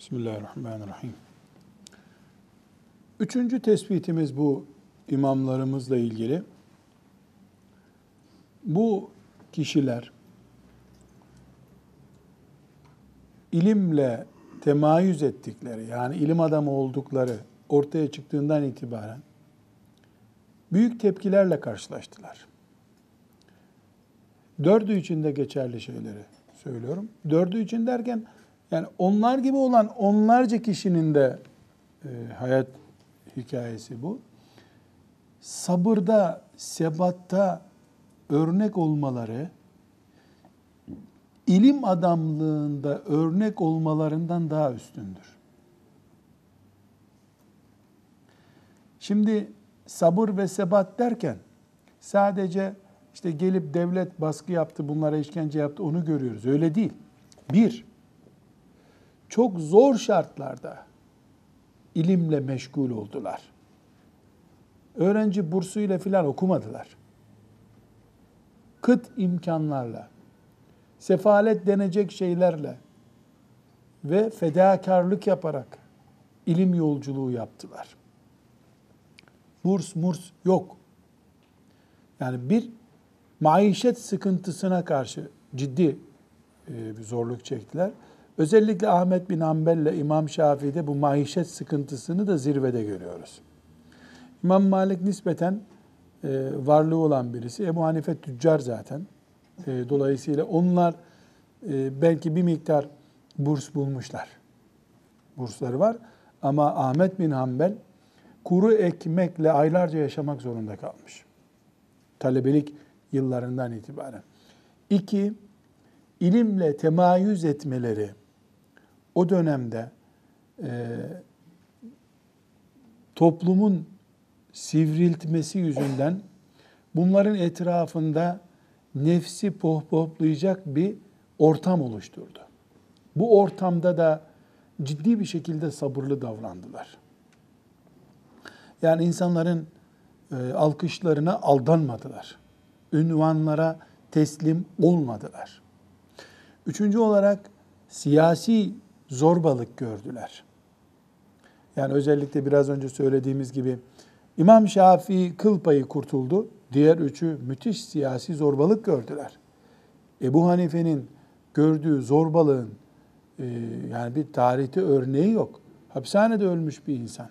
Bismillahirrahmanirrahim. Üçüncü tespitimiz bu imamlarımızla ilgili. Bu kişiler ilimle temayüz ettikleri, yani ilim adamı oldukları ortaya çıktığından itibaren büyük tepkilerle karşılaştılar. Dördü için de geçerli şeyleri söylüyorum. Dördü için derken, yani onlar gibi olan onlarca kişinin de hayat hikayesi bu. Sabırda, sebatta örnek olmaları, ilim adamlığında örnek olmalarından daha üstündür. Şimdi sabır ve sebat derken sadece işte gelip devlet baskı yaptı, bunlara işkence yaptı, onu görüyoruz. Öyle değil. Bir, çok zor şartlarda ilimle meşgul oldular. Öğrenci bursuyla filan okumadılar. Kıt imkanlarla, sefalet denecek şeylerle ve fedakarlık yaparak ilim yolculuğu yaptılar. Murs yok. Yani bir maişet sıkıntısına karşı ciddi bir zorluk çektiler. Özellikle Ahmet bin Hanbel ile İmam Şafii'de bu maişet sıkıntısını da zirvede görüyoruz. İmam Malik nispeten varlığı olan birisi. Ebu Hanife tüccar zaten. Dolayısıyla onlar belki bir miktar burs bulmuşlar. Bursları var. Ama Ahmet bin Hanbel kuru ekmekle aylarca yaşamak zorunda kalmış. Talebelik yıllarından itibaren. İki, ilimle temayüz etmeleri o dönemde toplumun sivriltmesi yüzünden bunların etrafında nefsi pohpohlayacak bir ortam oluşturdu. Bu ortamda da ciddi bir şekilde sabırlı davrandılar. Yani insanların alkışlarına aldanmadılar. Ünvanlara teslim olmadılar. Üçüncü olarak siyasi zorbalık gördüler. Yani özellikle biraz önce söylediğimiz gibi İmam Şafii kıl payı kurtuldu. Diğer üçü müthiş siyasi zorbalık gördüler. Ebu Hanife'nin gördüğü zorbalığın yani bir tarihte örneği yok. Hapishanede ölmüş bir insan.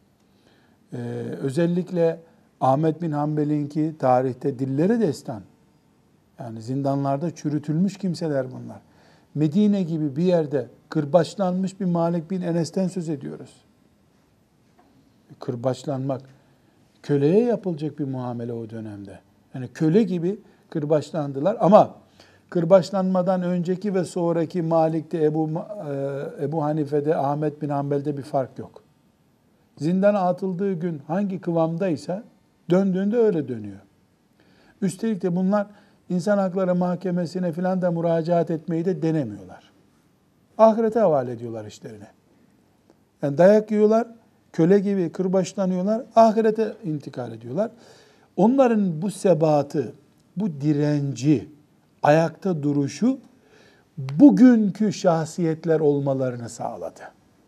Özellikle Ahmet bin Hanbel'inki tarihte dillere destan. Yani zindanlarda çürütülmüş kimseler bunlar. Medine gibi bir yerde kırbaçlanmış bir Malik bin Enes'ten söz ediyoruz. Kırbaçlanmak, köleye yapılacak bir muamele o dönemde. Yani köle gibi kırbaçlandılar ama kırbaçlanmadan önceki ve sonraki Malik'te, Ebu Hanife'de, Ahmet bin Hanbel'de bir fark yok. Zindana atıldığı gün hangi kıvamdaysa döndüğünde öyle dönüyor. Üstelik de bunlar İnsan Hakları Mahkemesi'ne filan da müracaat etmeyi de denemiyorlar. Ahirete havale ediyorlar işlerini. Yani dayak yiyorlar, köle gibi kırbaçlanıyorlar, ahirete intikal ediyorlar. Onların bu sebatı, bu direnci, ayakta duruşu bugünkü şahsiyetler olmalarını sağladı.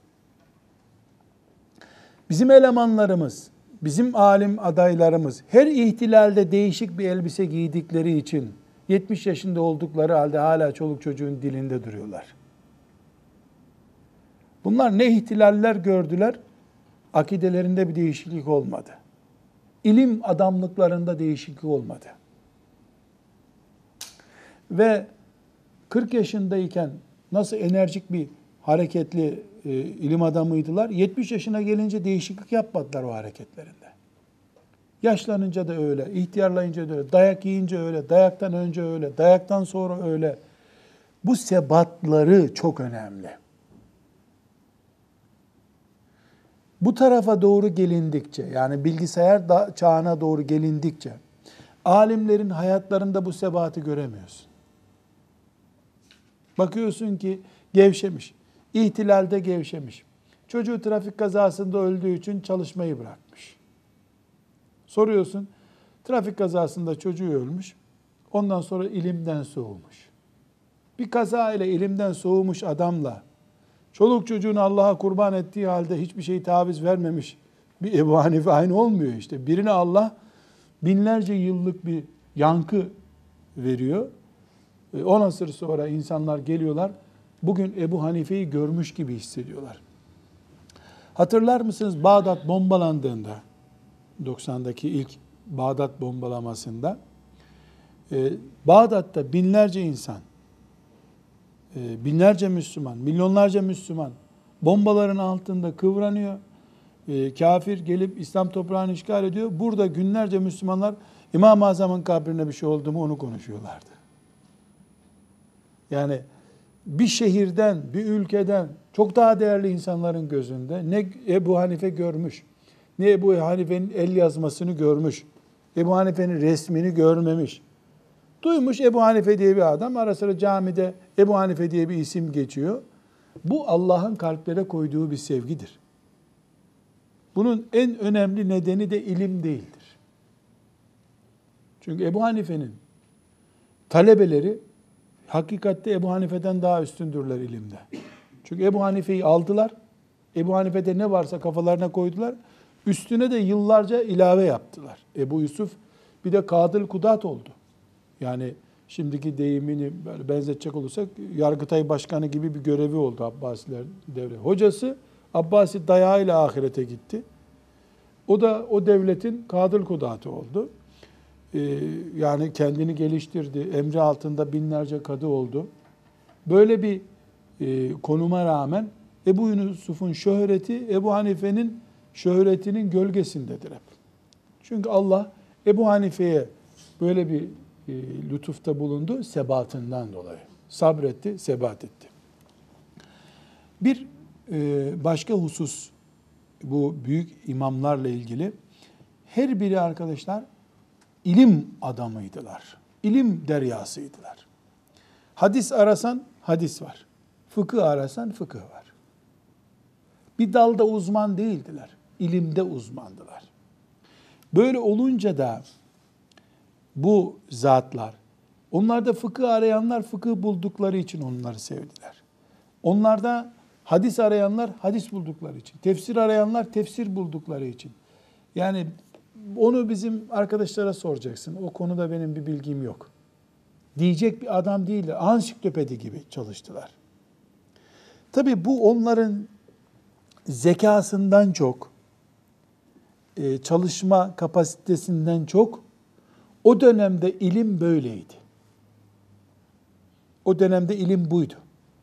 Bizim elemanlarımız, bizim alim adaylarımız her ihtilalde değişik bir elbise giydikleri için 70 yaşında oldukları halde hala çoluk çocuğun dilinde duruyorlar. Bunlar ne ihtilaller gördüler, akidelerinde bir değişiklik olmadı. İlim adamlıklarında değişiklik olmadı. Ve 40 yaşındayken nasıl enerjik bir hareketli ilim adamıydılar, 70 yaşına gelince değişiklik yapmadılar o hareketlerinde. Yaşlanınca da öyle, ihtiyarlayınca da öyle, dayak yiyince öyle, dayaktan önce öyle, dayaktan sonra öyle. Bu sebatları çok önemli. Bu tarafa doğru gelindikçe, yani bilgisayar çağına doğru gelindikçe, alimlerin hayatlarında bu sebatı göremiyorsun. Bakıyorsun ki gevşemiş, ihtilalde gevşemiş. Çocuğu trafik kazasında öldüğü için çalışmayı bırakmış. Soruyorsun, trafik kazasında çocuğu ölmüş, ondan sonra ilimden soğumuş. Bir kaza ile ilimden soğumuş adamla Çoluk çocuğunu Allah'a kurban ettiği halde hiçbir şey taviz vermemiş bir Ebu Hanife aynı olmuyor işte. Birine Allah binlerce yıllık bir yankı veriyor. 10 asır sonra insanlar geliyorlar, bugün Ebu Hanife'yi görmüş gibi hissediyorlar. Hatırlar mısınız Bağdat bombalandığında, 90'daki ilk Bağdat bombalamasında, Bağdat'ta binlerce insan, binlerce Müslüman, milyonlarca Müslüman bombaların altında kıvranıyor. Kafir gelip İslam toprağını işgal ediyor. Burada günlerce Müslümanlar İmam-ı Azam'ın kabrine bir şey oldu mu onu konuşuyorlardı. Yani bir şehirden, bir ülkeden çok daha değerli insanların gözünde ne Ebu Hanife görmüş, ne Ebu Hanife'nin el yazmasını görmüş, Ebu Hanife'nin resmini görmemiş. Duymuş Ebu Hanife diye bir adam, ara sıra camide Ebu Hanife diye bir isim geçiyor. Bu Allah'ın kalplere koyduğu bir sevgidir. Bunun en önemli nedeni de ilim değildir. Çünkü Ebu Hanife'nin talebeleri hakikatte Ebu Hanife'den daha üstündürler ilimde. Çünkü Ebu Hanife'yi aldılar. Ebu Hanife'de ne varsa kafalarına koydular. Üstüne de yıllarca ilave yaptılar. Ebu Yusuf bir de Kadıl Kudat oldu. Yani şimdiki deyimini böyle benzetecek olursak Yargıtay Başkanı gibi bir görevi oldu Abbasiler devre. Hocası Abbasi dayağıyla ahirete gitti. O da o devletin Kadıl Kudatı oldu. Yani kendini geliştirdi. Emri altında binlerce kadı oldu. Böyle bir konuma rağmen Ebu Yusuf'un şöhreti Ebu Hanife'nin şöhretinin gölgesindedir hep. Çünkü Allah Ebu Hanife'ye böyle bir lütufta bulundu sebatından dolayı. Sabretti, sebat etti. Bir başka husus bu büyük imamlarla ilgili. Her biri arkadaşlar ilim adamıydılar. İlim deryasıydılar. Hadis arasan hadis var. Fıkıh arasan fıkıh var. Bir dalda uzman değildiler. İlimde uzmandılar. Böyle olunca da bu zatlar, onlarda fıkıh arayanlar fıkıh buldukları için onları sevdiler. Onlarda hadis arayanlar hadis buldukları için, tefsir arayanlar tefsir buldukları için. Yani onu bizim arkadaşlara soracaksın. O konuda benim bir bilgim yok diyecek bir adam değildi. Ansiklopedi gibi çalıştılar. Tabii bu onların zekasından çok, çalışma kapasitesinden çok, o dönemde ilim böyleydi. O dönemde ilim buydu.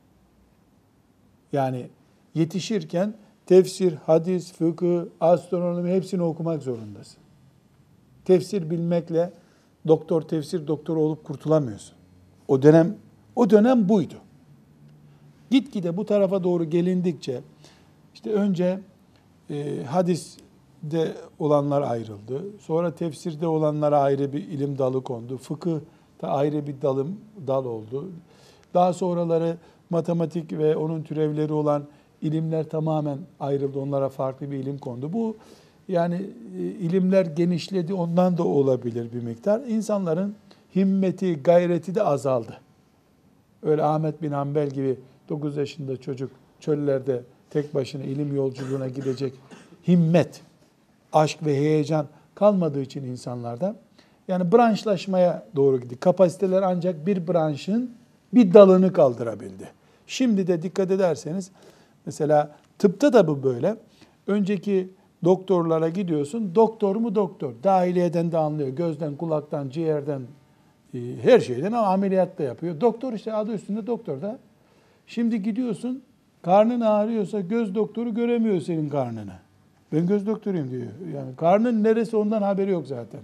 Yani yetişirken tefsir, hadis, fıkıh, astronomi hepsini okumak zorundasın. Tefsir bilmekle tefsir doktoru olup kurtulamıyorsun. O dönem buydu. Gitgide bu tarafa doğru gelindikçe işte önce hadiste olanlar ayrıldı. Sonra tefsirde olanlara ayrı bir ilim dalı kondu. Fıkıhta ayrı bir dal oldu. Daha sonraları matematik ve onun türevleri olan ilimler tamamen ayrıldı. Onlara farklı bir ilim kondu. Bu yani ilimler genişledi. Ondan da olabilir bir miktar. İnsanların himmeti, gayreti de azaldı. Öyle Ahmet bin Hanbel gibi 9 yaşında çocuk çöllerde tek başına ilim yolculuğuna gidecek himmet, aşk ve heyecan kalmadığı için insanlarda yani branşlaşmaya doğru gidiyor. Kapasiteler ancak bir branşın bir dalını kaldırabildi. Şimdi de dikkat ederseniz mesela tıpta da bu böyle. Önceki doktorlara gidiyorsun. Doktor mu doktor? Dahiliyeden de anlıyor. Gözden, kulaktan, ciğerden, her şeyden ama ameliyat da yapıyor. Doktor işte adı üstünde doktor da. Şimdi gidiyorsun, karnın ağrıyorsa göz doktoru göremiyor senin karnını. Ben göz doktoruyum diyor. Yani karnın neresi ondan haberi yok zaten.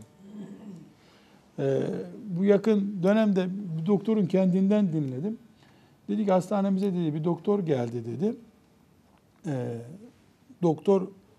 Bu yakın dönemde bir doktorun kendinden dinledim. Dedi ki hastanemize dedi bir doktor geldi dedi. Doktor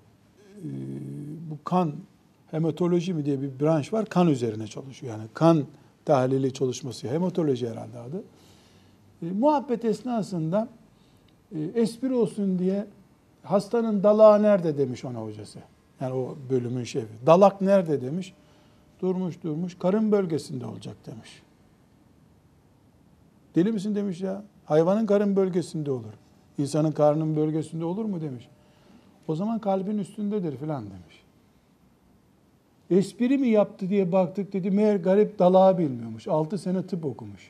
bu kan hematoloji mi diye bir branş var. Kan üzerine çalışıyor. Yani kan tahlili çalışması. Hematoloji herhalde adı. Muhabbet esnasında espri olsun diye hastanın dalağı nerede demiş ona hocası. Yani o bölümün şefi. Dalak nerede demiş. Durmuş. Karın bölgesinde olacak demiş. Deli misin demiş ya. Hayvanın karın bölgesinde olur. İnsanın karnının bölgesinde olur mu demiş. O zaman kalbin üstündedir filan demiş. Espri mi yaptı diye baktık dedi. Meğer garip dalağı bilmiyormuş. 6 sene tıp okumuş.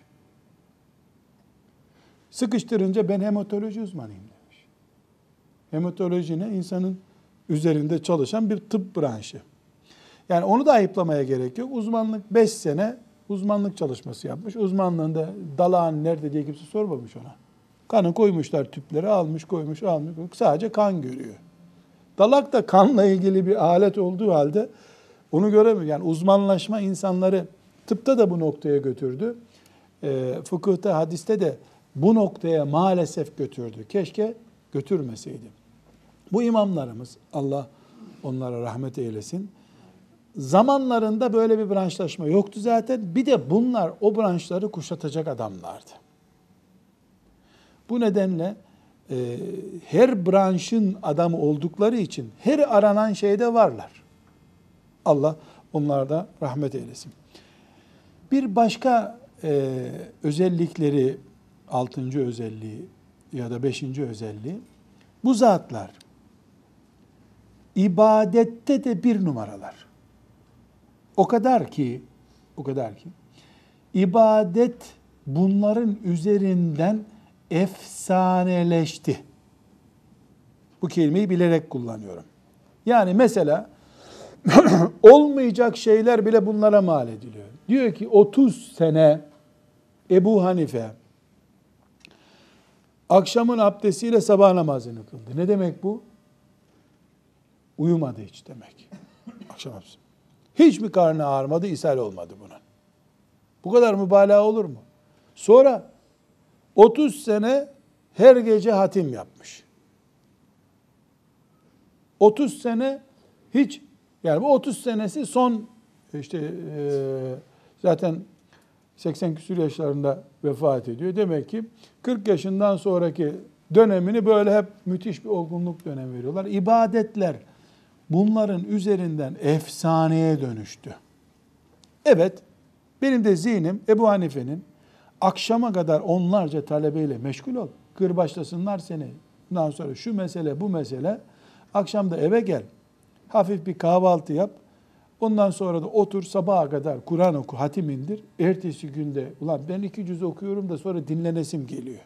Sıkıştırınca ben hematoloji uzmanıyım demiş. Hematoloji ne? İnsanın üzerinde çalışan bir tıp branşı. Yani onu da ayıplamaya gerek yok. Uzmanlık 5 sene uzmanlık çalışması yapmış. Uzmanlığında dalağın nerede diye kimse sormamış ona. Kanı koymuşlar tüpleri, almış koymuş. Sadece kan görüyor. Dalak da kanla ilgili bir alet olduğu halde onu göremiyor. Yani uzmanlaşma insanları tıpta da bu noktaya götürdü. Fıkıhta, hadiste de bu noktaya maalesef götürdü. Keşke götürmeseydi. Bu imamlarımız, Allah onlara rahmet eylesin, zamanlarında böyle bir branşlaşma yoktu zaten. Bir de bunlar o branşları kuşatacak adamlardı. Bu nedenle her branşın adamı oldukları için her aranan şeyde varlar. Allah onlara rahmet eylesin. Bir başka özellikleri, 6. özelliği ya da 5. özelliği, bu zatlar ibadette de bir numaralar. O kadar ki ibadet bunların üzerinden efsaneleşti. Bu kelimeyi bilerek kullanıyorum. Yani mesela olmayacak şeyler bile bunlara mal ediliyor. Diyor ki 30 sene Ebu Hanife akşamın abdestiyle sabah namazını kıldı. Ne demek bu? Uyumadı hiç demek. Akşam abdesti. Hiç mi karnı ağrımadı, ishal olmadı bunun? Bu kadar mübalağa olur mu? Sonra 30 sene her gece hatim yapmış. 30 sene hiç, yani bu 30 senesi son zaten 80 küsur yaşlarında vefat ediyor. Demek ki 40 yaşından sonraki dönemini böyle hep müthiş bir olgunluk dönemi veriyorlar. İbadetler bunların üzerinden efsaneye dönüştü. Evet, benim de zihnim Ebu Hanife'nin akşama kadar onlarca talebeyle meşgul ol. Kırbaçlasınlar seni. Bundan sonra şu mesele, bu mesele. Akşam da eve gel. Hafif bir kahvaltı yap. Ondan sonra da otur sabaha kadar Kur'an oku, hatim indir. Ertesi günde ulan ben 2 cüz okuyorum da sonra dinlenesim geliyor.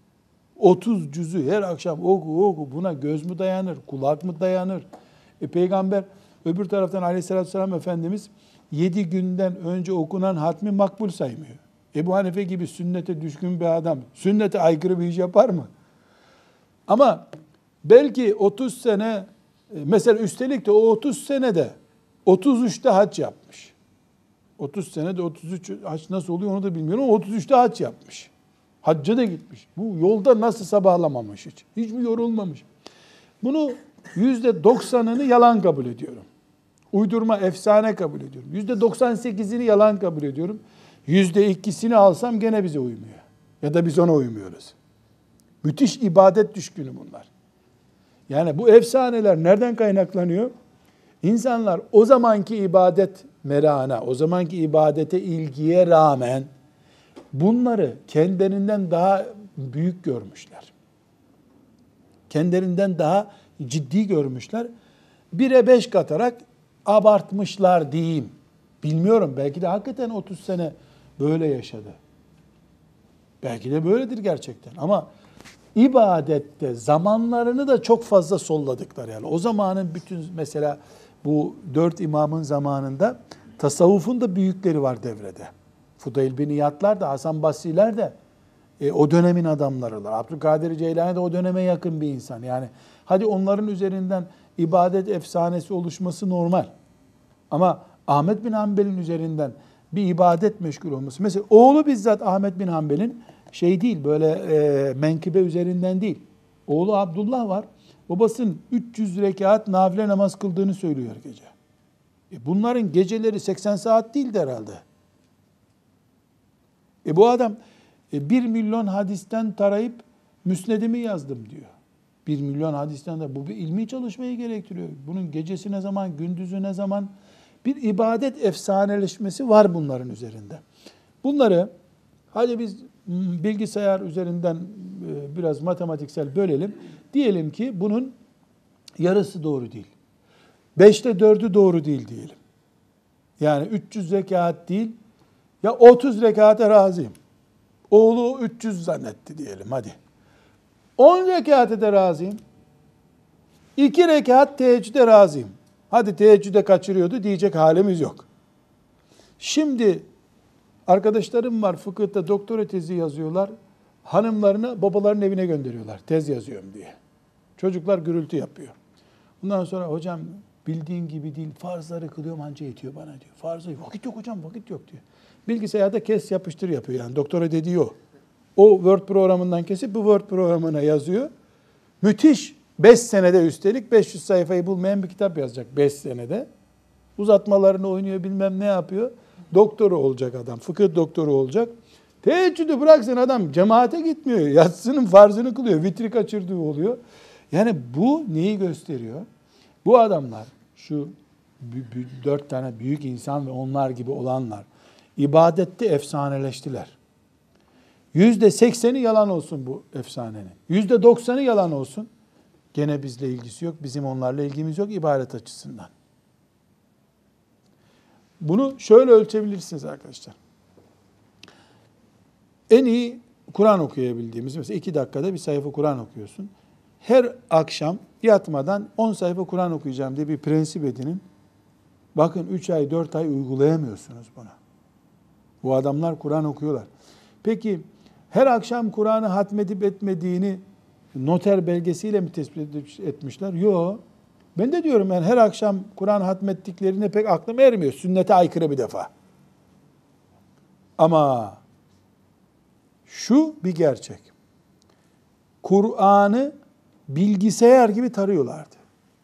30 cüzü her akşam oku. Buna göz mü dayanır, kulak mı dayanır? Peygamber öbür taraftan Aleyhisselatü Vesselam Efendimiz 7 günden önce okunan hatmi makbul saymıyor. Ebu Hanife gibi sünnete düşkün bir adam sünnete aykırı bir iş yapar mı? Ama belki 30 sene mesela üstelik de o 30 senede 33'te hac yapmış. 30 senede 33 hac nasıl oluyor onu da bilmiyorum ama 33'te hac yapmış. Hacca da gitmiş. Bu yolda nasıl sabahlamamış hiç? Hiç mi yorulmamış? Bunu %90'ını yalan kabul ediyorum. Uydurma, efsane kabul ediyorum. %98'ini yalan kabul ediyorum. %2'sini alsam gene bize uymuyor. Ya da biz ona uymuyoruz. Müthiş ibadet düşkünü bunlar. Yani bu efsaneler nereden kaynaklanıyor? İnsanlar o zamanki ibadet merana, o zamanki ibadete ilgiye rağmen bunları kendilerinden daha büyük görmüşler. Kendilerinden daha ciddi görmüşler. 1'e 5 katarak abartmışlar diyeyim. Bilmiyorum, belki de hakikaten 30 sene böyle yaşadı. Belki de böyledir gerçekten ama ibadette zamanlarını da çok fazla solladıklar. Yani o zamanın bütün mesela bu 4 imamın zamanında tasavvufun da büyükleri var devrede. Fudayl bin İyadlar da, Hasan Basri'ler de o dönemin adamlarılar. Abdülkadir Ceylani de o döneme yakın bir insan. Yani hadi onların üzerinden ibadet efsanesi oluşması normal. Ama Ahmet bin Hanbel'in üzerinden bir ibadet meşgul olması. Mesela oğlu bizzat Ahmet bin Hanbel'in şey değil, böyle menkıbe üzerinden değil. Oğlu Abdullah var. Babasının 300 rekat nafile namaz kıldığını söylüyor gece. Bunların geceleri 80 saat değildi herhalde. Bu adam 1 milyon hadisten tarayıp müsnedimi yazdım diyor. 1 milyon hadisten de bu bir ilmi çalışmayı gerektiriyor. Bunun gecesi ne zaman, gündüzü ne zaman, bir ibadet efsaneleşmesi var bunların üzerinde. Bunları Hadi biz bilgisayar üzerinden biraz matematiksel bölelim. Diyelim ki bunun yarısı doğru değil. 5'te 4'ü doğru değil diyelim. Yani 300 rekat değil, ya 30 rekata razıyım. Oğlu 300 zannetti diyelim hadi. 10 rekate de razıyım. 2 rekat teheccüde razıyım. Hadi teheccüde kaçırıyordu diyecek halimiz yok. Şimdi arkadaşlarım var fıkıhta doktora tezi yazıyorlar. Hanımlarını babaların evine gönderiyorlar tez yazıyorum diye. Çocuklar gürültü yapıyor. Bundan sonra hocam bildiğin gibi değil farzları kılıyorum anca yetiyor bana diyor. Farzı vakit yok hocam vakit yok diyor. Bilgisayarda kes yapıştır yapıyor yani doktora dediği o. O Word programından kesip bu Word programına yazıyor. Müthiş 5 senede üstelik 500 sayfayı bulmayan bir kitap yazacak 5 senede. Uzatmalarını oynuyor bilmem ne yapıyor. Doktoru olacak adam. Fıkıh doktoru olacak. Teheccüdü bıraksın adam cemaate gitmiyor. Yatsının farzını kılıyor. Vitri kaçırdığı oluyor. Yani bu neyi gösteriyor? Bu adamlar şu 4 tane büyük insan ve onlar gibi olanlar ibadette efsaneleştiler. %80'i yalan olsun bu efsanenin. %90'ı yalan olsun. Gene bizle ilgisi yok. Bizim onlarla ilgimiz yok ibadet açısından. Bunu şöyle ölçebilirsiniz arkadaşlar. En iyi Kur'an okuyabildiğimiz, mesela 2 dakikada bir sayfa Kur'an okuyorsun. Her akşam yatmadan 10 sayfa Kur'an okuyacağım diye bir prensip edinin. Bakın 3 ay 4 ay uygulayamıyorsunuz bunu. Bu adamlar Kur'an okuyorlar. Peki her akşam Kur'an'ı hatmedip etmediğini noter belgesiyle mi tespit etmişler? Yok. Ben de diyorum yani her akşam Kur'an hatmettiklerine pek aklım ermiyor. Sünnete aykırı bir defa. Ama şu bir gerçek. Kur'an'ı bilgisayar gibi tarıyorlardı.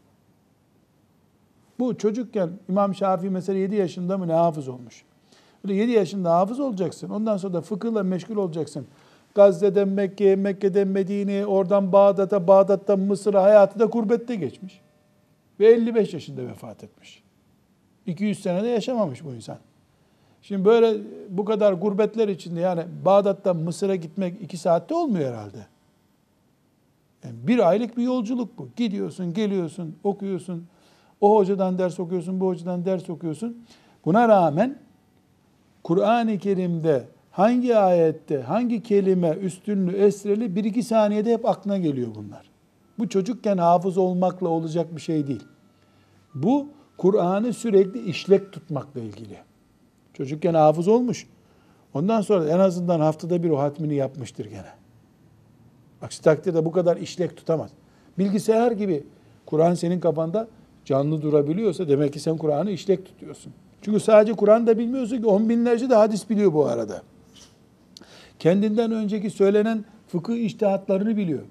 Bu çocukken İmam Şafii mesela 7 yaşında mı ne hafız olmuş. Böyle 7 yaşında hafız olacaksın. Ondan sonra da fıkıhla meşgul olacaksın. Gazze'den Mekke'ye, Mekke'den Medine'ye, oradan Bağdat'a, Bağdat'tan Mısır'a hayatı da gurbette geçmiş. Ve 55 yaşında vefat etmiş. 200 senede yaşamamış bu insan. Şimdi böyle bu kadar gurbetler içinde yani Bağdat'tan Mısır'a gitmek 2 saatte olmuyor herhalde. Yani 1 aylık bir yolculuk bu. Gidiyorsun, geliyorsun, okuyorsun. O hocadan ders okuyorsun, bu hocadan ders okuyorsun. Buna rağmen Kur'an-ı Kerim'de hangi ayette, hangi kelime üstünlü, esreli 1-2 saniyede hep aklına geliyor bunlar. Bu çocukken hafız olmakla olacak bir şey değil. Bu Kur'an'ı sürekli işlek tutmakla ilgili. Çocukken hafız olmuş. Ondan sonra en azından haftada bir o hatmini yapmıştır gene. Aksi takdirde bu kadar işlek tutamaz. Bilgisayar gibi Kur'an senin kafanda canlı durabiliyorsa demek ki sen Kur'an'ı işlek tutuyorsun. Çünkü sadece Kur'an da bilmiyorsun ki 10 binlerce de hadis biliyor bu arada. Kendinden önceki söylenen fıkıh içtihatlarını biliyor.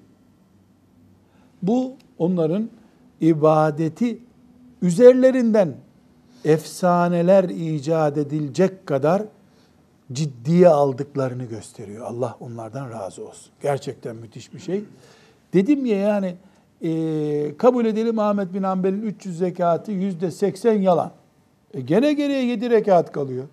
Bu onların ibadeti üzerlerinden efsaneler icat edilecek kadar ciddiye aldıklarını gösteriyor. Allah onlardan razı olsun. Gerçekten müthiş bir şey. Dedim ya yani kabul edelim Ahmet bin Hanbel'in 300 zekatı %80 yalan. Gene geriye 7 rekat kalıyor.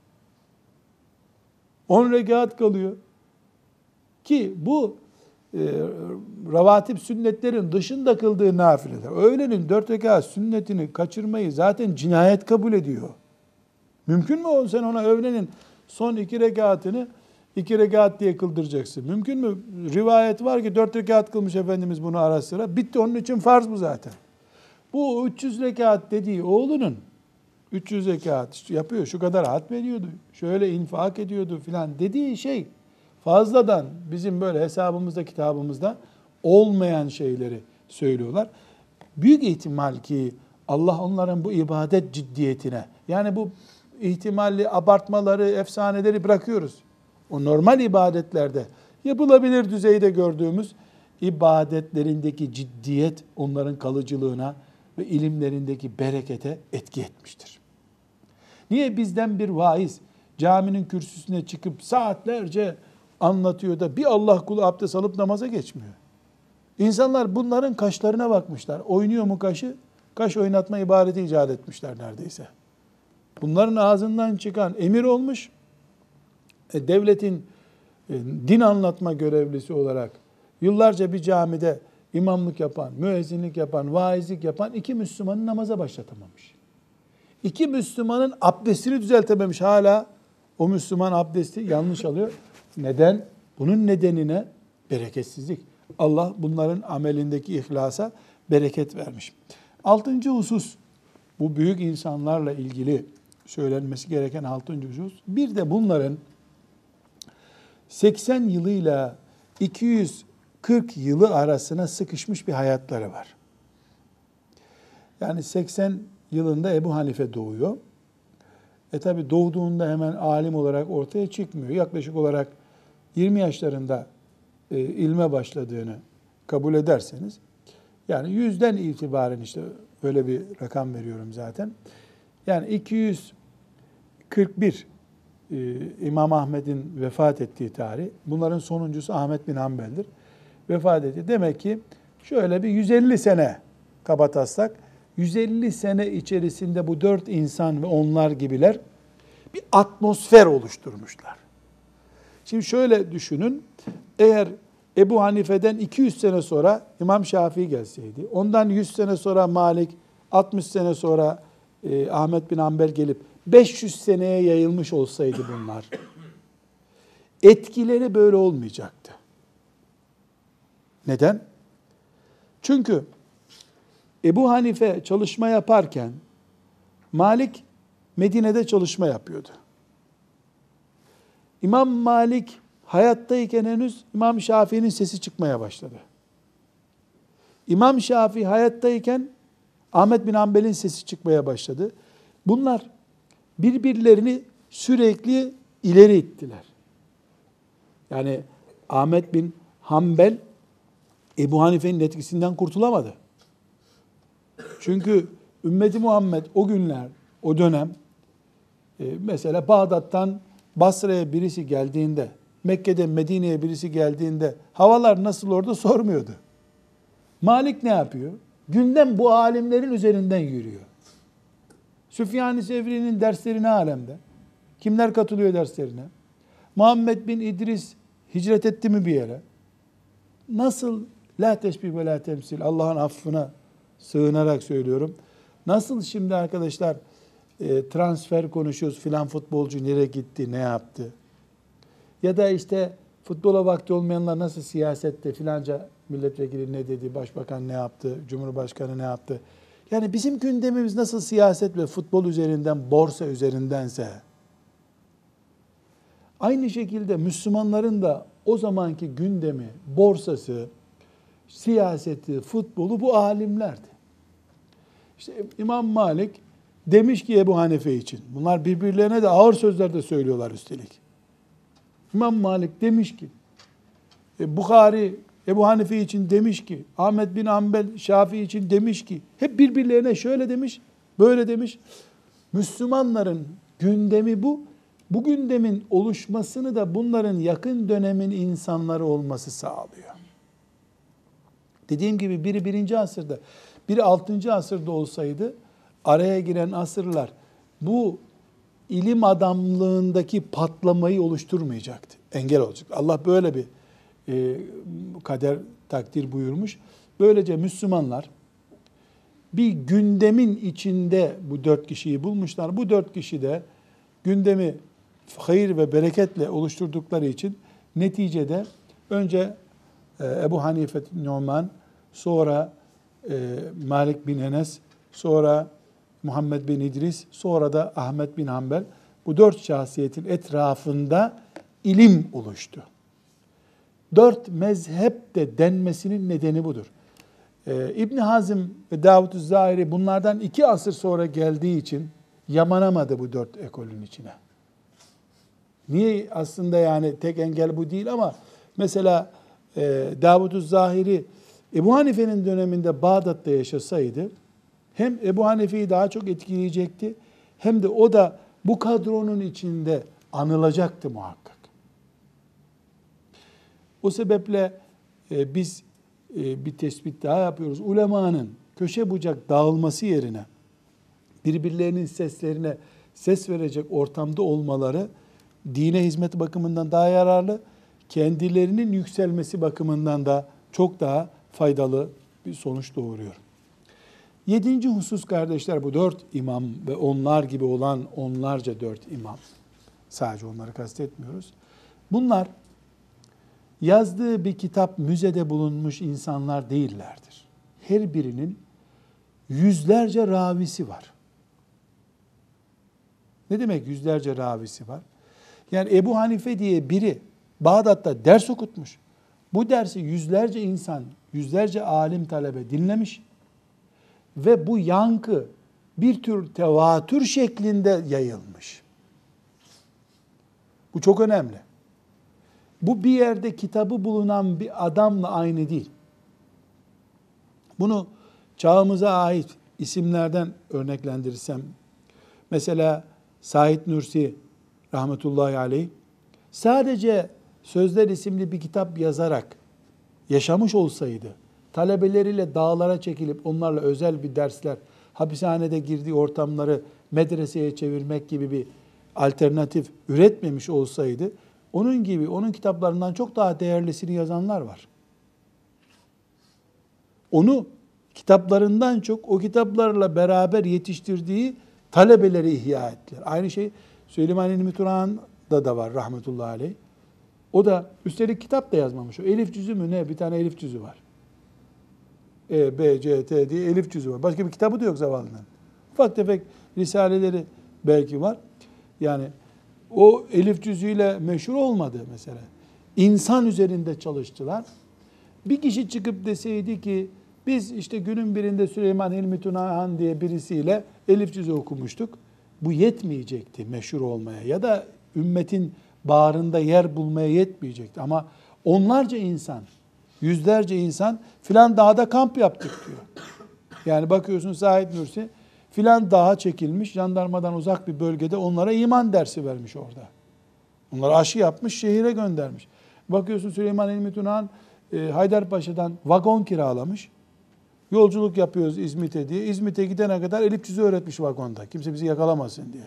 10 rekat kalıyor. Ki bu ravatip sünnetlerin dışında kıldığı nafileler. Öğlenin 4 rekat sünnetini kaçırmayı zaten cinayet kabul ediyor. Mümkün mü sen ona öğlenin son 2 rekatını 2 rekat diye kıldıracaksın? Mümkün mü? Rivayet var ki 4 rekat kılmış Efendimiz bunu ara sıra. Bitti onun için farz bu zaten. Bu 300 rekat dediği oğlunun 300 rekat yapıyor, şu kadar hatmediyordu, şöyle infak ediyordu filan dediği şey fazladan bizim böyle hesabımızda, kitabımızda olmayan şeyleri söylüyorlar. Büyük ihtimal ki Allah onların bu ibadet ciddiyetine, yani bu ihtimalli abartmaları, efsaneleri bırakıyoruz. O normal ibadetlerde yapılabilir düzeyde gördüğümüz ibadetlerindeki ciddiyet onların kalıcılığına ve ilimlerindeki berekete etki etmiştir. Niye bizden bir vaiz caminin kürsüsüne çıkıp saatlerce anlatıyor da bir Allah kulu abdest alıp namaza geçmiyor? İnsanlar bunların kaşlarına bakmışlar. Oynuyor mu kaşı? Kaş oynatma ibadeti icat etmişler neredeyse. Bunların ağzından çıkan emir olmuş. Devletin din anlatma görevlisi olarak yıllarca bir camide imamlık yapan, müezzinlik yapan, vaizlik yapan iki Müslümanı namaza başlatamamış. İki Müslümanın abdestini düzeltememiş. Hala o Müslüman abdesti yanlış alıyor. Neden? Bunun nedenine bereketsizlik. Allah bunların amelindeki ihlasa bereket vermiş. 6. husus, bu büyük insanlarla ilgili söylenmesi gereken 6. husus. Bir de bunların 80 yılıyla 240 yılı arasına sıkışmış bir hayatları var. Yani 80 yılında Ebu Hanife doğuyor. Tabi doğduğunda hemen alim olarak ortaya çıkmıyor. Yaklaşık olarak 20 yaşlarında ilme başladığını kabul ederseniz, yani 100'den itibaren işte öyle bir rakam veriyorum zaten. Yani 241 İmam Ahmed'in vefat ettiği tarih. Bunların sonuncusu Ahmed bin Hanbel'dir. Vefat etti. Demek ki şöyle bir 150 sene kabataslak, 150 sene içerisinde bu 4 insan ve onlar gibiler bir atmosfer oluşturmuşlar. Şimdi şöyle düşünün, eğer Ebu Hanife'den 200 sene sonra İmam Şafii gelseydi, ondan 100 sene sonra Malik, 60 sene sonra Ahmed bin Hanbel gelip 500 seneye yayılmış olsaydı bunlar, etkileri böyle olmayacaktı. Neden? Çünkü Ebu Hanife çalışma yaparken Malik Medine'de çalışma yapıyordu. İmam Malik hayattayken henüz İmam Şafii'nin sesi çıkmaya başladı. İmam Şafii hayattayken Ahmed bin Hanbel'in sesi çıkmaya başladı. Bunlar birbirlerini sürekli ileri ittiler. Yani Ahmed bin Hanbel Ebu Hanife'nin etkisinden kurtulamadı. Çünkü ümmeti Muhammed o günler, o dönem mesela Bağdat'tan Basra'ya birisi geldiğinde, Mekke'den Medine'ye birisi geldiğinde havalar nasıl orada sormuyordu. Malik ne yapıyor? Gündem bu alimlerin üzerinden yürüyor. Süfyan-ı Sevri'nin dersleri ne alemde? Kimler katılıyor derslerine? Muhammed bin İdris hicret etti mi bir yere? Nasıl, la teşbih ve la temsil, Allah'ın affına sığınarak söylüyorum. Nasıl şimdi arkadaşlar transfer konuşuyoruz, filan futbolcu nereye gitti, ne yaptı? Ya da işte futbola vakti olmayanlar nasıl siyasette filanca milletvekili ne dedi, başbakan ne yaptı, cumhurbaşkanı ne yaptı? Yani bizim gündemimiz nasıl siyaset ve futbol üzerinden, borsa üzerindense, aynı şekilde Müslümanların da o zamanki gündemi, borsası, siyaseti, futbolu bu alimlerdi. İşte İmam Malik demiş ki Ebu Hanife için, bunlar birbirlerine de ağır sözler de söylüyorlar üstelik. İmam Malik demiş ki, Bukhari Ebu Hanife için demiş ki, Ahmed bin Hanbel Şafii için demiş ki, hep birbirlerine şöyle demiş, böyle demiş. Müslümanların gündemi bu. Bu gündemin oluşmasını da bunların yakın dönemin insanları olması sağlıyor. Dediğim gibi biri 1. asırda, biri 6. asırda olsaydı, araya giren asırlar bu ilim adamlığındaki patlamayı oluşturmayacaktı. Engel olacak. Allah böyle bir kader takdir buyurmuş. Böylece Müslümanlar bir gündemin içinde bu 4 kişiyi bulmuşlar. Bu 4 kişi de gündemi hayır ve bereketle oluşturdukları için neticede önce Ebu Hanife Numan, sonra Malik bin Enes, sonra Muhammed bin İdris, sonra da Ahmed bin Hanbel, bu 4 şahsiyetin etrafında ilim oluştu. 4 mezhep de denmesinin nedeni budur. İbn Hazm ve Davud-u Zahiri bunlardan 2 asır sonra geldiği için yamanamadı bu 4 ekolün içine. Niye? Aslında yani tek engel bu değil ama mesela Davud-u Zahiri Ebu Hanife'nin döneminde Bağdat'ta yaşasaydı hem Ebu Hanife'yi daha çok etkileyecekti hem de o da bu kadronun içinde anılacaktı muhakkak. O sebeple biz bir tespit daha yapıyoruz. Ulemanın köşe bucak dağılması yerine birbirlerinin seslerine ses verecek ortamda olmaları dine hizmet bakımından daha yararlı. kendilerinin yükselmesi bakımından da çok daha faydalı bir sonuç doğuruyor. 7. husus kardeşler, bu 4 imam ve onlar gibi olan onlarca 4 imam. Sadece onları kastetmiyoruz. Bunlar yazdığı bir kitap müzede bulunmuş insanlar değillerdir. Her birinin yüzlerce ravisi var. Ne demek yüzlerce ravisi var? Yani Ebu Hanife diye biri Bağdat'ta ders okutmuş. Bu dersi yüzlerce insan, yüzlerce alim talebe dinlemiş ve bu yankı bir tür tevatür şeklinde yayılmış. Bu çok önemli. Bu bir yerde kitabı bulunan bir adamla aynı değil. Bunu çağımıza ait isimlerden örneklendirirsem, mesela Said Nursi rahmetullahi aleyh sadece Sözler isimli bir kitap yazarak yaşamış olsaydı, talebeleriyle dağlara çekilip onlarla özel bir dersler, hapishanede girdiği ortamları medreseye çevirmek gibi bir alternatif üretmemiş olsaydı, onun gibi, onun kitaplarından çok daha değerlisini yazanlar var. Onu kitaplarından çok o kitaplarla beraber yetiştirdiği talebeleri ihya ettiler. Aynı şey Süleyman İlmi Turan'da da var rahmetullahi aleyh. O da üstelik kitap da yazmamış. O elif cüzü mü ne? Bir tane elif cüzü var. E, B, C, T diye elif cüzü var. Başka bir kitabı da yok zavallının. Ufak tefek risaleleri belki var. Yani o elif cüzüyle meşhur olmadı mesela. İnsan üzerinde çalıştılar. Bir kişi çıkıp deseydi ki biz işte günün birinde Süleyman Hilmi Tunahan diye birisiyle elif cüzü okumuştuk. Bu yetmeyecekti meşhur olmaya ya da ümmetin bağrında yer bulmaya yetmeyecekti. Ama onlarca insan, yüzlerce insan filan dağda kamp yaptık diyor. Yani bakıyorsun Said Nursi filan dağa çekilmiş, jandarmadan uzak bir bölgede onlara iman dersi vermiş orada. Onlara aşı yapmış, şehire göndermiş. Bakıyorsun Süleyman Hilmi Tunahan Haydarpaşa'dan vagon kiralamış. Yolculuk yapıyoruz İzmit'e diye. İzmit'e gidene kadar elif cüzü öğretmiş vagonda. Kimse bizi yakalamasın diye.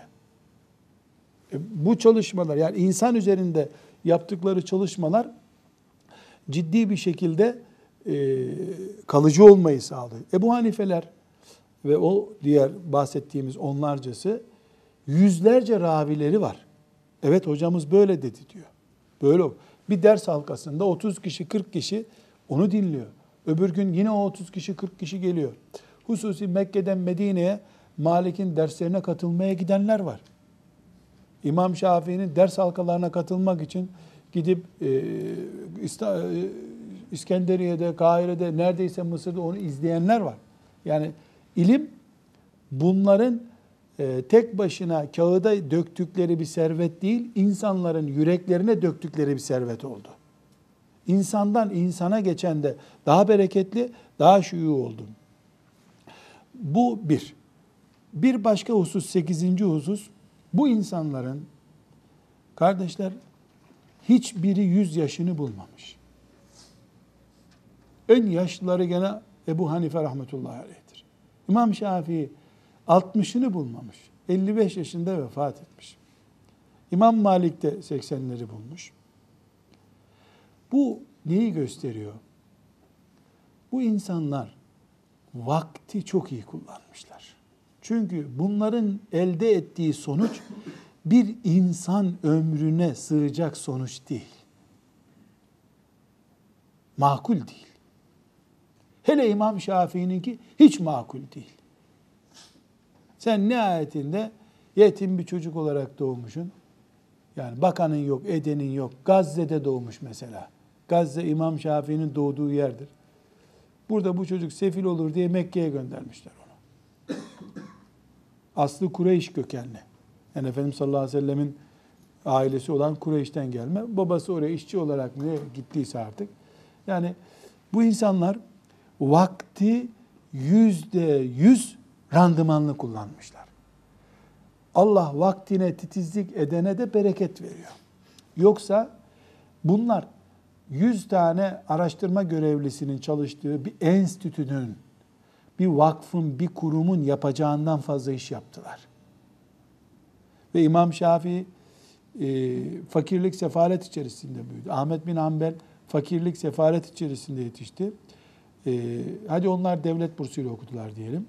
Bu çalışmalar, yani insan üzerinde yaptıkları çalışmalar ciddi bir şekilde kalıcı olmayı sağlıyor. Ebu Hanifeler ve o diğer bahsettiğimiz onlarcası yüzlerce ravileri var. Evet hocamız böyle dedi diyor. Böyle bir ders halkasında 30 kişi 40 kişi onu dinliyor. Öbür gün yine o 30 kişi 40 kişi geliyor. Hususi Mekke'den Medine'ye Malik'in derslerine katılmaya gidenler var. İmam Şafii'nin ders halkalarına katılmak için gidip İskenderiye'de, Kahire'de, neredeyse Mısır'da onu izleyenler var. Yani ilim bunların tek başına kağıda döktükleri bir servet değil, insanların yüreklerine döktükleri bir servet oldu. İnsandan insana geçen de daha bereketli, daha şuyu oldu. Bu bir. Bir başka husus, 8. husus, bu insanların, kardeşler, hiçbiri 100 yaşını bulmamış. En yaşlıları gene Ebu Hanife rahmetullahi aleyh'tir. İmam Şafii 60'ını bulmamış. 55 yaşında vefat etmiş. İmam Malik de 80'leri bulmuş. Bu neyi gösteriyor? Bu insanlar vakti çok iyi kullanmışlar. Çünkü bunların elde ettiği sonuç bir insan ömrüne sığacak sonuç değil. Makul değil. Hele İmam Şafii'ninki hiç makul değil. Sen nihayetinde yetim bir çocuk olarak doğmuşsun. Yani bakanın yok, edenin yok. Gazze'de doğmuş mesela. Gazze İmam Şafii'nin doğduğu yerdir. Burada bu çocuk sefil olur diye Mekke'ye göndermişler onu. Aslı Kureyş kökenli. Yani Efendimiz sallallahu aleyhi ve sellemin ailesi olan Kureyş'ten gelme. Babası oraya işçi olarak mı gittiyse artık. Yani bu insanlar vakti %100 randımanlı kullanmışlar. Allah vaktine titizlik edene de bereket veriyor. Yoksa bunlar 100 tane araştırma görevlisinin çalıştığı bir enstitünün, bir vakfın, bir kurumun yapacağından fazla iş yaptılar. Ve İmam Şafii fakirlik, sefalet içerisinde büyüdü. Ahmet bin Hanbel fakirlik, sefalet içerisinde yetişti. Hadi onlar devlet bursuyla okudular diyelim.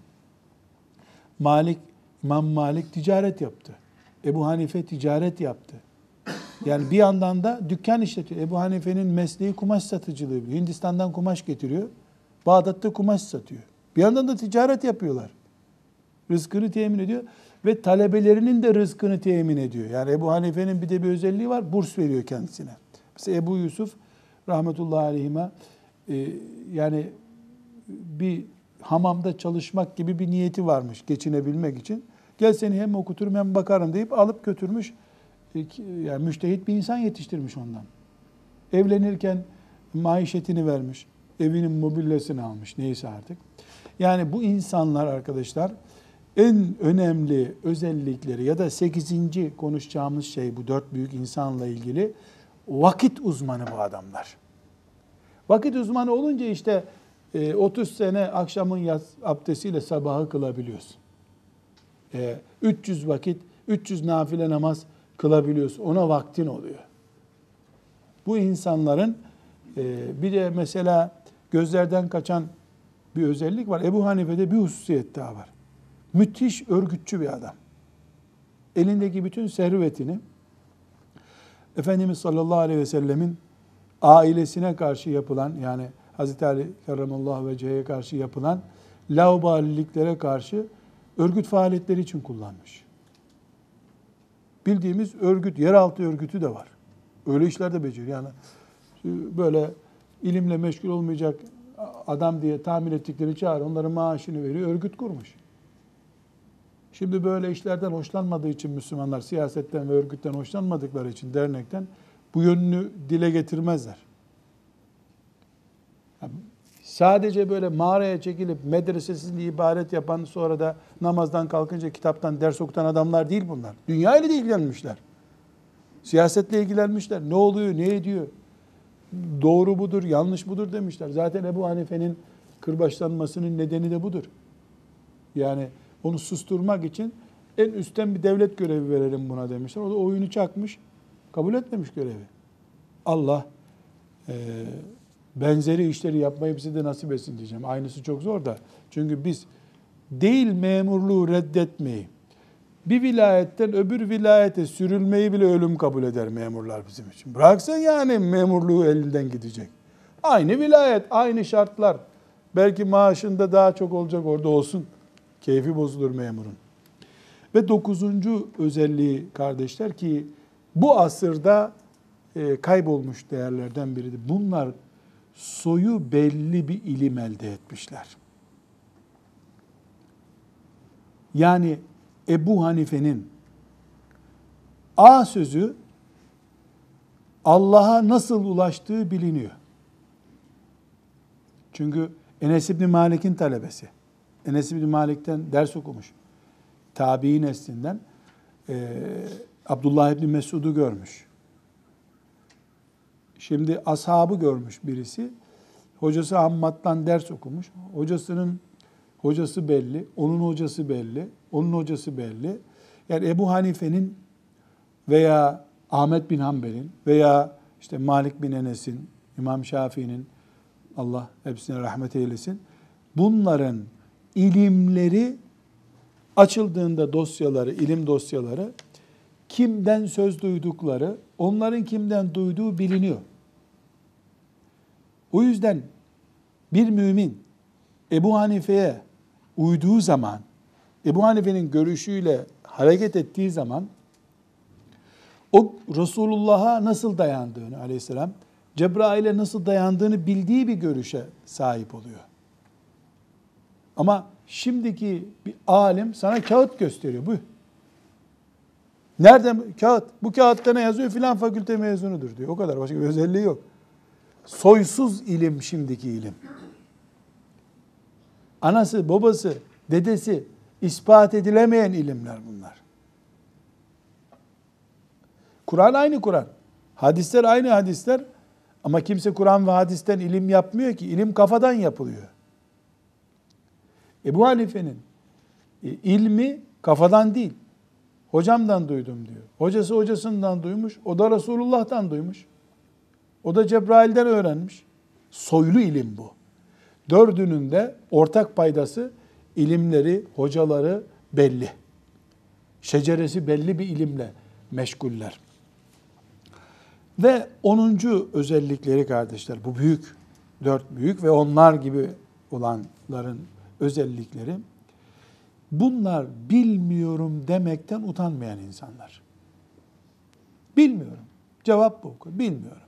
İmam Malik ticaret yaptı. Ebu Hanife ticaret yaptı. Yani bir yandan da dükkan işletiyor. Ebu Hanife'nin mesleği kumaş satıcılığı. Hindistan'dan kumaş getiriyor. Bağdat'ta kumaş satıyor. Bir yandan da ticaret yapıyorlar. Rızkını temin ediyor ve talebelerinin de rızkını temin ediyor. Yani Ebu Hanife'nin bir de bir özelliği var. Burs veriyor kendisine. Mesela Ebu Yusuf rahmetullahi aleyhime yani bir hamamda çalışmak gibi bir niyeti varmış geçinebilmek için. Gel seni hem okuturum hem bakarım deyip alıp götürmüş. Yani müştehit bir insan yetiştirmiş ondan. Evlenirken maişetini vermiş. Evinin mobilyasını almış. Neyse artık. Yani bu insanlar arkadaşlar en önemli özellikleri ya da 8. konuşacağımız şey bu 4 büyük insanla ilgili vakit uzmanı bu adamlar. Vakit uzmanı olunca işte 30 sene akşamın yatsı abdestiyle sabahı kılabiliyorsun. 300 vakit, 300 nafile namaz kılabiliyorsun. Ona vaktin oluyor. Bu insanların bir de mesela gözlerden kaçan bir özellik var. Ebu Hanife'de bir hususiyet daha var. Müthiş örgütçü bir adam. Elindeki bütün servetini Efendimiz sallallahu aleyhi ve sellemin ailesine karşı yapılan yani Hazreti Ali kerramallahu vecehe'ye karşı yapılan laubaliliklere karşı örgüt faaliyetleri için kullanmış. Bildiğimiz örgüt, yeraltı örgütü de var. Öyle işler de beceriyor. Yani böyle ilimle meşgul olmayacak adam diye tahmin ettikleri çağır, onların maaşını veriyor, örgüt kurmuş. Şimdi böyle işlerden hoşlanmadığı için Müslümanlar, siyasetten ve örgütten hoşlanmadıkları için dernekten bu yönünü dile getirmezler. Yani sadece böyle mağaraya çekilip medresesinde ibadet yapan sonra da namazdan kalkınca kitaptan ders okutan adamlar değil bunlar. Dünya ile de ilgilenmişler. Siyasetle ilgilenmişler. Ne oluyor, ne ediyor? Doğru budur, yanlış budur demişler. Zaten Ebu Hanife'nin kırbaçlanmasının nedeni de budur. Yani onu susturmak için en üstten bir devlet görevi verelim buna demişler. O da oyunu çakmış, kabul etmemiş görevi. Allah benzeri işleri yapmayı bize de nasip etsin diyeceğim. Aynısı çok zor da. Çünkü biz değil memurluğu reddetmeyi, bir vilayetten öbür vilayete sürülmeyi bile ölüm kabul eder memurlar bizim için. Bıraksan yani memurluğu elinden gidecek. Aynı vilayet, aynı şartlar. Belki maaşında daha çok olacak orada olsun. Keyfi bozulur memurun. Ve 9. özelliği kardeşler ki bu asırda kaybolmuş değerlerden biridir. Bunlar soyu belli bir ilim elde etmişler. Yani Ebu Hanife'nin A sözü Allah'a nasıl ulaştığı biliniyor. Çünkü Enes İbni Malik'in talebesi. Enes İbni Malik'ten ders okumuş. Tabi'in neslinden Abdullah İbni Mesud'u görmüş. Şimdi ashabı görmüş birisi. Hocası Hammad'dan ders okumuş. Hocasının hocası belli, onun hocası belli, onun hocası belli. Yani Ebu Hanife'nin veya Ahmet bin Hanbel'in veya işte Malik bin Enes'in, İmam Şafii'nin, Allah hepsine rahmet eylesin, bunların ilimleri açıldığında dosyaları, ilim dosyaları, kimden söz duydukları, onların kimden duyduğu biliniyor. O yüzden bir mümin Ebu Hanife'ye uyduğu zaman, Ebu Hanife'nin görüşüyle hareket ettiği zaman, o Resulullah'a nasıl dayandığını aleyhisselam, Cebrail'e nasıl dayandığını bildiği bir görüşe sahip oluyor. Ama şimdiki bir alim sana kağıt gösteriyor. Bu. Nerede kağıt? Bu kağıtta ne yazıyor? Filan fakülte mezunudur diyor. O kadar. Başka bir özelliği yok. Soysuz ilim şimdiki ilim. Anası, babası, dedesi ispat edilemeyen ilimler bunlar. Kur'an aynı Kur'an. Hadisler aynı hadisler. Ama kimse Kur'an ve hadisten ilim yapmıyor ki. İlim kafadan yapılıyor. Ebu Hanife'nin ilmi kafadan değil. Hocamdan duydum diyor. Hocası hocasından duymuş. O da Resulullah'tan duymuş. O da Cebrail'den öğrenmiş. Soylu ilim bu. Dördünün de ortak paydası ilimleri, hocaları belli. Şeceresi belli bir ilimle meşguller. Ve 10. özellikleri kardeşler, bu büyük, 4 büyük ve onlar gibi olanların özellikleri, bunlar bilmiyorum demekten utanmayan insanlar. Bilmiyorum. Cevap bu. Bilmiyorum.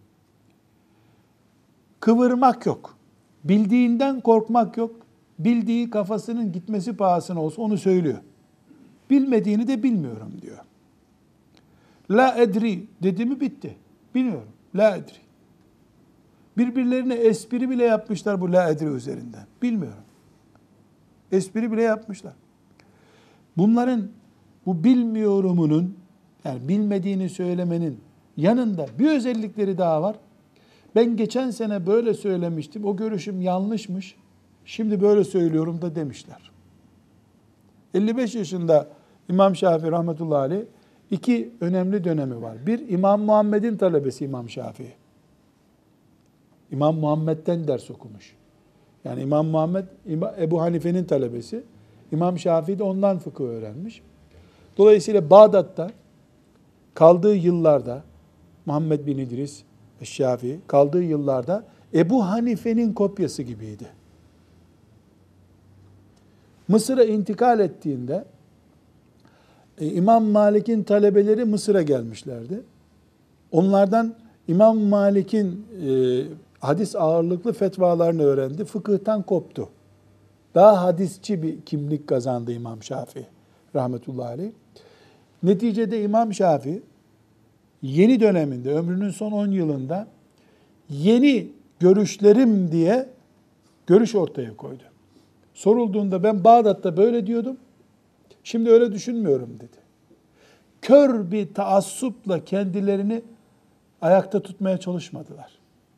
Kıvırmak yok. Bildiğinden korkmak yok. Bildiği kafasının gitmesi pahasına olsa onu söylüyor. Bilmediğini de bilmiyorum diyor. La edri dedi mi bitti. Bilmiyorum. La edri. Birbirlerine espri bile yapmışlar bu la edri üzerinden. Bilmiyorum. Espri bile yapmışlar. Bunların bu bilmiyorumunun, yani bilmediğini söylemenin yanında bir özellikleri daha var. Ben geçen sene böyle söylemiştim. O görüşüm yanlışmış. Şimdi böyle söylüyorum da demişler. 55 yaşında İmam Şafii rahmetullahi aleyh 2 önemli dönemi var. Bir, İmam Muhammed'in talebesi İmam Şafii. İmam Muhammed'den ders okumuş. Yani İmam Muhammed Ebu Hanife'nin talebesi. İmam Şafii de ondan fıkıh öğrenmiş. Dolayısıyla Bağdat'ta kaldığı yıllarda Muhammed bin İdris Şafii kaldığı yıllarda Ebu Hanife'nin kopyası gibiydi. Mısır'a intikal ettiğinde İmam Malik'in talebeleri Mısır'a gelmişlerdi. Onlardan İmam Malik'in hadis ağırlıklı fetvalarını öğrendi. Fıkıhtan koptu. Daha hadisçi bir kimlik kazandı İmam Şafii rahmetullahi aleyh. Neticede İmam Şafii yeni döneminde, ömrünün son 10 yılında yeni görüşlerim diye görüş ortaya koydu. Sorulduğunda ben Bağdat'ta böyle diyordum, şimdi öyle düşünmüyorum dedi. Kör bir taassupla kendilerini ayakta tutmaya çalışmadılar.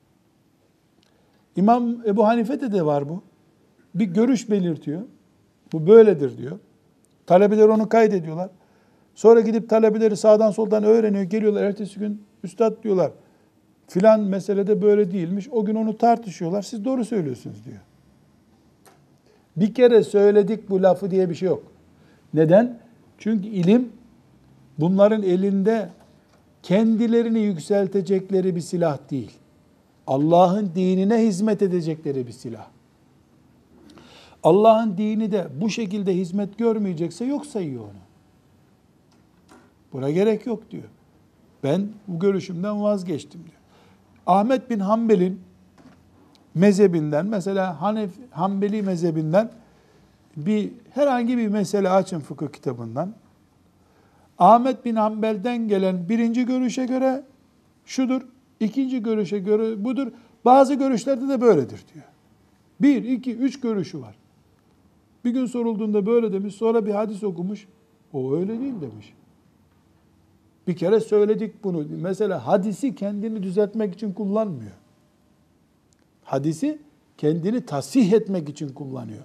İmam Ebu Hanife'de de var bu. Bir görüş belirtiyor. Bu böyledir diyor. Talebeler onu kaydediyorlar. Sonra gidip talebeleri sağdan soldan öğreniyor. Geliyorlar ertesi gün üstad diyorlar. Filan meselede böyle değilmiş. O gün onu tartışıyorlar. Siz doğru söylüyorsunuz diyor. Bir kere söyledik bu lafı diye bir şey yok. Neden? Çünkü ilim bunların elinde kendilerini yükseltecekleri bir silah değil. Allah'ın dinine hizmet edecekleri bir silah. Allah'ın dini de bu şekilde hizmet görmeyecekse yok sayıyor onu. Buna gerek yok diyor. Ben bu görüşümden vazgeçtim diyor. Ahmet bin Hanbel'in mezhebinden, mesela Hanbeli mezhebinden herhangi bir mesele açın fıkıh kitabından. Ahmet bin Hanbel'den gelen birinci görüşe göre şudur, ikinci görüşe göre budur. Bazı görüşlerde de böyledir diyor. 1, 2, 3 görüşü var. Bir gün sorulduğunda böyle demiş, sonra bir hadis okumuş. O öyle değil demiş. Bir kere söyledik bunu. Mesela hadisi kendini düzeltmek için kullanmıyor. Hadisi kendini tasih etmek için kullanıyor.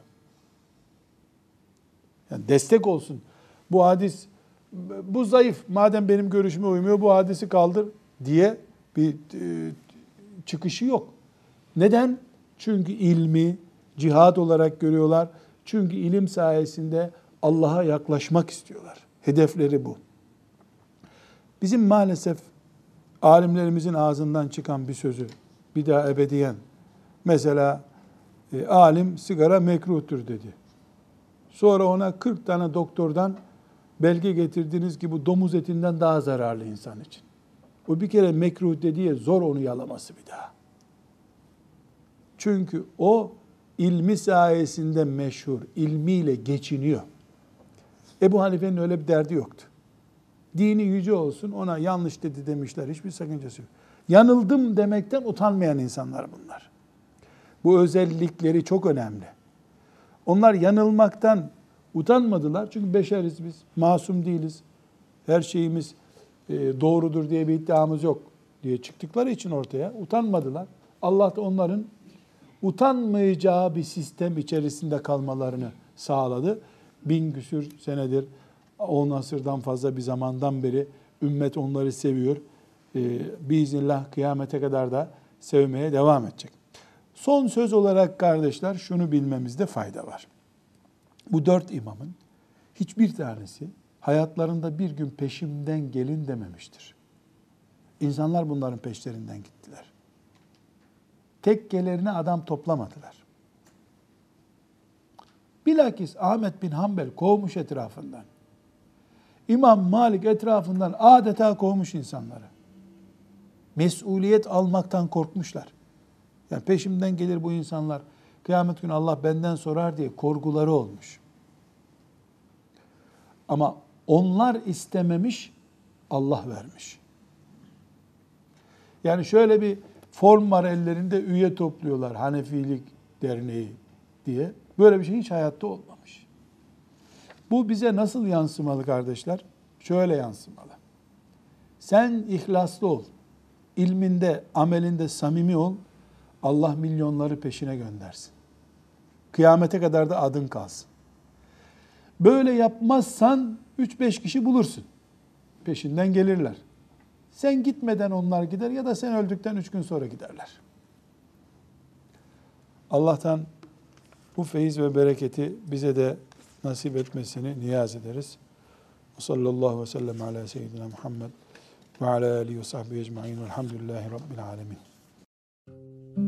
Yani destek olsun. Bu hadis, bu zayıf. Madem benim görüşüme uymuyor, bu hadisi kaldır diye bir çıkışı yok. Neden? Çünkü ilmi cihad olarak görüyorlar. Çünkü ilim sayesinde Allah'a yaklaşmak istiyorlar. Hedefleri bu. Bizim maalesef alimlerimizin ağzından çıkan bir sözü bir daha ebediyen, mesela alim sigara mekruhtur dedi. Sonra ona 40 tane doktordan belge getirdiniz ki bu domuz etinden daha zararlı insan için. O bir kere mekruh dediği zor onu yalaması bir daha. Çünkü o ilmi sayesinde meşhur, ilmiyle geçiniyor. Ebu Hanife'nin öyle bir derdi yoktu. Dini yüce olsun, ona yanlış dedi demişler. Hiçbir sakıncası yok. Yanıldım demekten utanmayan insanlar bunlar. Bu özellikleri çok önemli. Onlar yanılmaktan utanmadılar. Çünkü beşeriz biz, masum değiliz. Her şeyimiz doğrudur diye bir iddiamız yok diye çıktıkları için ortaya utanmadılar. Allah da onların utanmayacağı bir sistem içerisinde kalmalarını sağladı. 1000 küsür senedir 10 asırdan fazla bir zamandan beri ümmet onları seviyor. Biiznillah kıyamete kadar da sevmeye devam edecek. Son söz olarak kardeşler şunu bilmemizde fayda var. Bu 4 imamın hiçbir tanesi hayatlarında bir gün peşimden gelin dememiştir. İnsanlar bunların peşlerinden gittiler. Tekkelerine adam toplamadılar. Bilakis Ahmet bin Hanbel kovmuş etrafından. İmam Malik etrafından adeta kovmuş insanları. Mesuliyet almaktan korkmuşlar. Yani peşimden gelir bu insanlar, kıyamet günü Allah benden sorar diye korkuları olmuş. Ama onlar istememiş, Allah vermiş. Yani şöyle bir form var ellerinde, üye topluyorlar Hanefilik Derneği diye. Böyle bir şey hiç hayatta olmamış. Bu bize nasıl yansımalı kardeşler? Şöyle yansımalı. Sen ihlaslı ol, ilminde, amelinde samimi ol, Allah milyonları peşine göndersin. Kıyamete kadar da adın kalsın. Böyle yapmazsan 3-5 kişi bulursun. Peşinden gelirler. Sen gitmeden onlar gider ya da sen öldükten 3 gün sonra giderler. Allah'tan bu feyiz ve bereketi bize de nasip etmesini niyaz ederiz. Sallallahu aleyhi ve sellem ala seyyidina Muhammed ve ala alihi ve sahbihi ecma'in velhamdülillahi rabbil alemin.